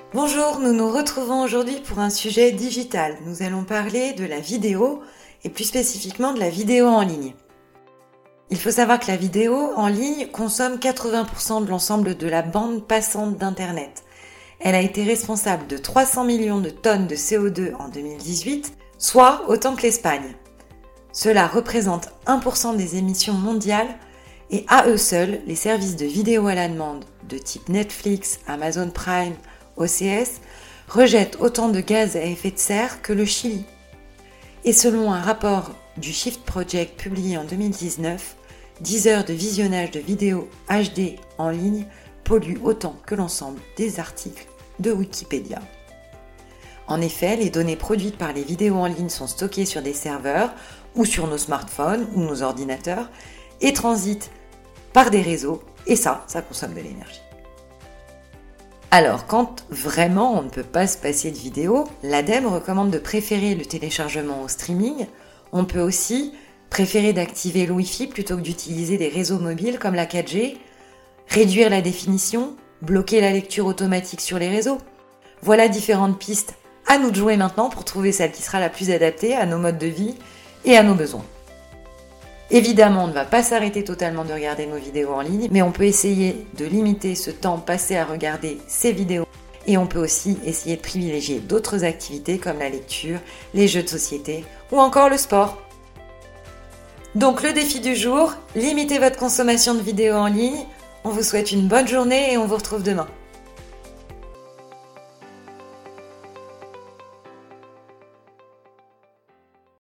Bonjour, nous nous retrouvons aujourd'hui pour un sujet digital. Nous allons parler de la vidéo et plus spécifiquement de la vidéo en ligne. Il faut savoir que la vidéo en ligne consomme 80% de l'ensemble de la bande passante d'Internet. Elle a été responsable de 300 millions de tonnes de CO2 en 2018, soit autant que l'Espagne. Cela représente 1% des émissions mondiales et à eux seuls, les services de vidéo à la demande de type Netflix, Amazon Prime, OCS rejettent autant de gaz à effet de serre que le Chili. Et selon un rapport du Shift Project publié en 2019, 10 heures de visionnage de vidéos HD en ligne polluent autant que l'ensemble des articles de Wikipédia. En effet, les données produites par les vidéos en ligne sont stockées sur des serveurs ou sur nos smartphones ou nos ordinateurs et transitent par des réseaux et ça consomme de l'énergie. Alors, quand vraiment on ne peut pas se passer de vidéo, l'ADEME recommande de préférer le téléchargement au streaming. On peut aussi préférer d'activer le Wi-Fi plutôt que d'utiliser des réseaux mobiles comme la 4G, réduire la définition, bloquer la lecture automatique sur les réseaux. Voilà différentes pistes. À nous de jouer maintenant pour trouver celle qui sera la plus adaptée à nos modes de vie et à nos besoins. Évidemment, on ne va pas s'arrêter totalement de regarder nos vidéos en ligne, mais on peut essayer de limiter ce temps passé à regarder ces vidéos et on peut aussi essayer de privilégier d'autres activités comme la lecture, les jeux de société ou encore le sport. Donc le défi du jour, limitez votre consommation de vidéos en ligne. On vous souhaite une bonne journée et on vous retrouve demain.